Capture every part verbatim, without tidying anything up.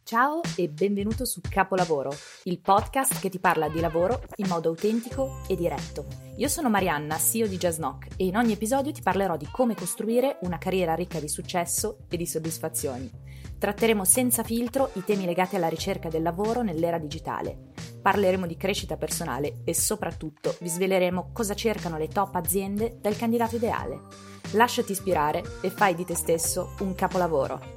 Ciao e benvenuto su Capolavoro, il podcast che ti parla di lavoro in modo autentico e diretto. Io sono Marianna, C E O di Jazznock, e in ogni episodio ti parlerò di come costruire una carriera ricca di successo e di soddisfazioni. Tratteremo senza filtro i temi legati alla ricerca del lavoro nell'era digitale. Parleremo di crescita personale e soprattutto vi sveleremo cosa cercano le top aziende dal candidato ideale. Lasciati ispirare e fai di te stesso un capolavoro.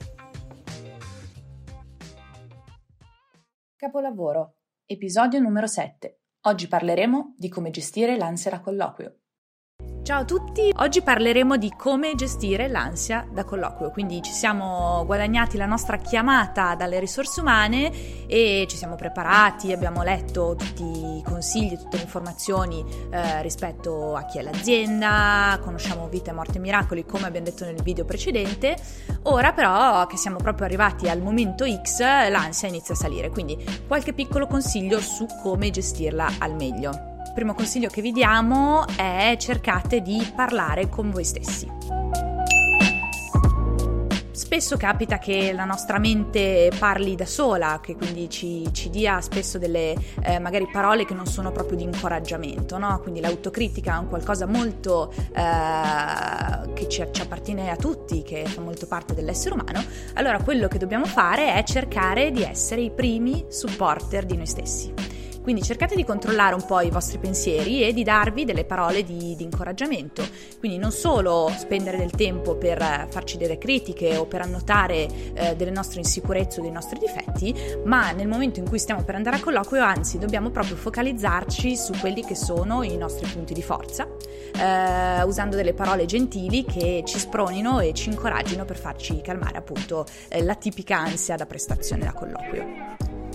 Capolavoro, episodio numero sette. Oggi parleremo di come gestire l'ansia da colloquio. Ciao a tutti, oggi parleremo di come gestire l'ansia da colloquio, quindi ci siamo guadagnati la nostra chiamata dalle risorse umane e ci siamo preparati, abbiamo letto tutti i consigli, tutte le informazioni eh, rispetto a chi è l'azienda, conosciamo vita, morte e miracoli come abbiamo detto nel video precedente. Ora però che siamo proprio arrivati al momento X, l'ansia inizia a salire, quindi qualche piccolo consiglio su come gestirla al meglio. Il primo consiglio che vi diamo è cercate di parlare con voi stessi. Spesso capita che la nostra mente parli da sola, che quindi ci, ci dia spesso delle eh, magari parole che non sono proprio di incoraggiamento, no? Quindi l'autocritica è un qualcosa molto eh, che ci, ci appartiene a tutti, che fa molto parte dell'essere umano. Allora quello che dobbiamo fare è cercare di essere i primi supporter di noi stessi. Quindi cercate di controllare un po' i vostri pensieri e di darvi delle parole di, di incoraggiamento. Quindi non solo spendere del tempo per farci delle critiche o per annotare eh, delle nostre insicurezze o dei nostri difetti, ma nel momento in cui stiamo per andare a colloquio, anzi, dobbiamo proprio focalizzarci su quelli che sono i nostri punti di forza, eh, usando delle parole gentili che ci spronino e ci incoraggino per farci calmare appunto eh, la tipica ansia da prestazione da colloquio.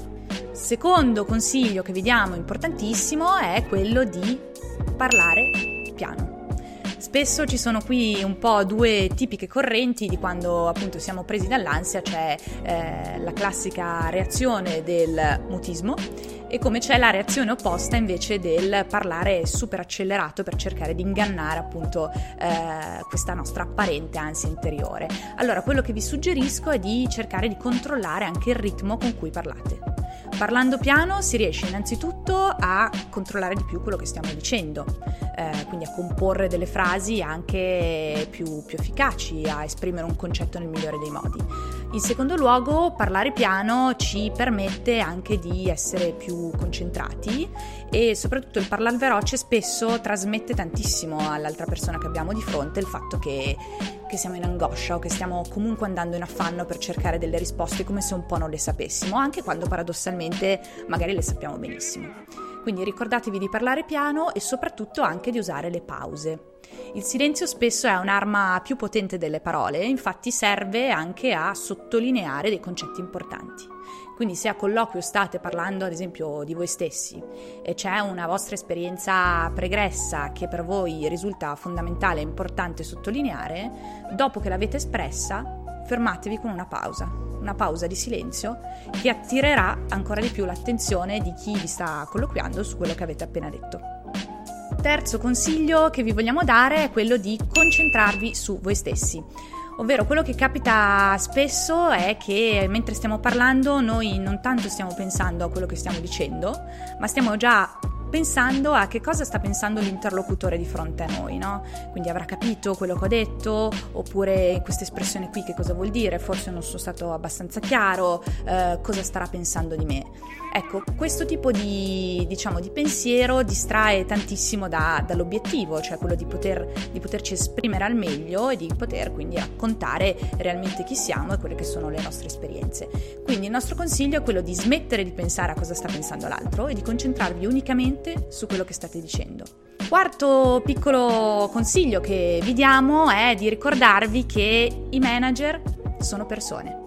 Secondo consiglio che vi diamo importantissimo è quello di parlare piano. Spesso ci sono qui un po' due tipiche correnti di quando appunto siamo presi dall'ansia, c'è eh, la classica reazione del mutismo e come c'è la reazione opposta invece del parlare super accelerato per cercare di ingannare appunto eh, questa nostra apparente ansia interiore. Allora quello che vi suggerisco è di cercare di controllare anche il ritmo con cui parlate. Parlando piano si riesce innanzitutto a controllare di più quello che stiamo dicendo, eh, quindi a comporre delle frasi anche più, più efficaci, a esprimere un concetto nel migliore dei modi. In secondo luogo, parlare piano ci permette anche di essere più concentrati e soprattutto il parlare veloce spesso trasmette tantissimo all'altra persona che abbiamo di fronte il fatto che che siamo in angoscia o che stiamo comunque andando in affanno per cercare delle risposte come se un po' non le sapessimo, anche quando paradossalmente magari le sappiamo benissimo. Quindi ricordatevi di parlare piano e soprattutto anche di usare le pause. Il silenzio spesso è un'arma più potente delle parole, infatti serve anche a sottolineare dei concetti importanti. Quindi se a colloquio state parlando ad esempio di voi stessi e c'è una vostra esperienza pregressa che per voi risulta fondamentale e importante sottolineare, dopo che l'avete espressa, fermatevi con una pausa, una pausa di silenzio che attirerà ancora di più l'attenzione di chi vi sta colloquiando su quello che avete appena detto. Terzo consiglio che vi vogliamo dare è quello di concentrarvi su voi stessi. Ovvero quello che capita spesso è che mentre stiamo parlando noi non tanto stiamo pensando a quello che stiamo dicendo, ma stiamo già pensando a che cosa sta pensando l'interlocutore di fronte a noi, no? Quindi avrà capito quello che ho detto, oppure questa espressione qui che cosa vuol dire, forse non sono stato abbastanza chiaro, eh, cosa starà pensando di me. Ecco, questo tipo di, diciamo, di pensiero distrae tantissimo da, dall'obiettivo, cioè quello di, poter, di poterci esprimere al meglio e di poter quindi raccontare realmente chi siamo e quelle che sono le nostre esperienze. Quindi il nostro consiglio è quello di smettere di pensare a cosa sta pensando l'altro e di concentrarvi unicamente su quello che state dicendo. Quarto piccolo consiglio che vi diamo è di ricordarvi che i manager sono persone.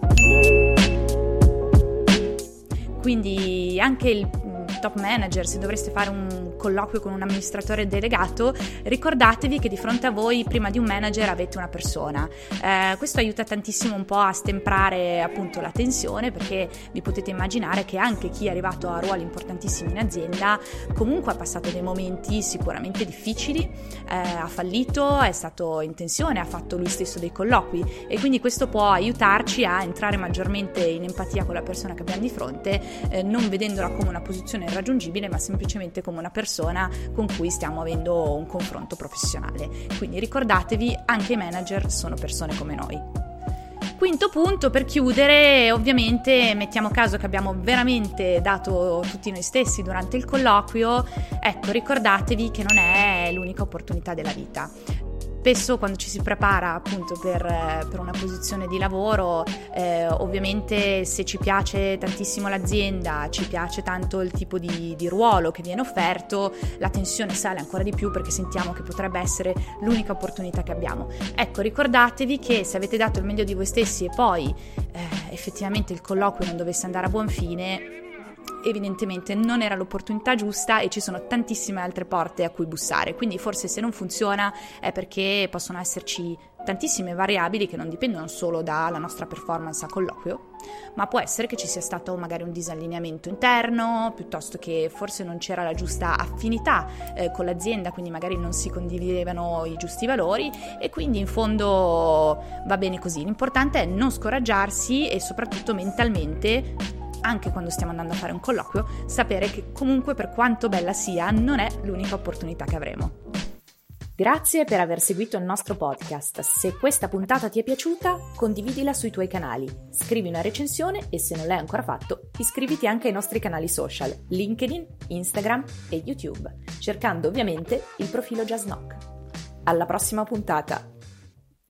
Quindi anche il top manager, se dovreste fare un colloquio con un amministratore delegato, ricordatevi che di fronte a voi, prima di un manager, avete una persona. Eh, questo aiuta tantissimo un po' a stemprare appunto la tensione, perché vi potete immaginare che anche chi è arrivato a ruoli importantissimi in azienda comunque ha passato dei momenti sicuramente difficili, eh, ha fallito, è stato in tensione, ha fatto lui stesso dei colloqui, e quindi questo può aiutarci a entrare maggiormente in empatia con la persona che abbiamo di fronte, eh, non vedendola come una posizione irraggiungibile, ma semplicemente come una persona con cui stiamo avendo un confronto professionale. Quindi ricordatevi, anche i manager sono persone come noi. Quinto punto, per chiudere, ovviamente mettiamo caso che abbiamo veramente dato tutti noi stessi durante il colloquio, ecco, ricordatevi che non è l'unica opportunità della vita. Spesso quando ci si prepara appunto per, per una posizione di lavoro, eh, ovviamente se ci piace tantissimo l'azienda, ci piace tanto il tipo di, di ruolo che viene offerto, la tensione sale ancora di più perché sentiamo che potrebbe essere l'unica opportunità che abbiamo. Ecco, ricordatevi che se avete dato il meglio di voi stessi e poi eh, effettivamente il colloquio non dovesse andare a buon fine, evidentemente non era l'opportunità giusta e ci sono tantissime altre porte a cui bussare, quindi forse se non funziona è perché possono esserci tantissime variabili che non dipendono solo dalla nostra performance a colloquio, ma può essere che ci sia stato magari un disallineamento interno, piuttosto che forse non c'era la giusta affinità eh, con l'azienda, quindi magari non si condividevano i giusti valori, e quindi in fondo va bene così. L'importante è non scoraggiarsi e soprattutto mentalmente, anche quando stiamo andando a fare un colloquio, sapere che comunque, per quanto bella sia, non è l'unica opportunità che avremo. Grazie per aver seguito il nostro podcast. Se questa puntata ti è piaciuta, condividila sui tuoi canali, scrivi una recensione e, se non l'hai ancora fatto, iscriviti anche ai nostri canali social, LinkedIn, Instagram e YouTube, cercando ovviamente il profilo Just Knock. Alla prossima puntata!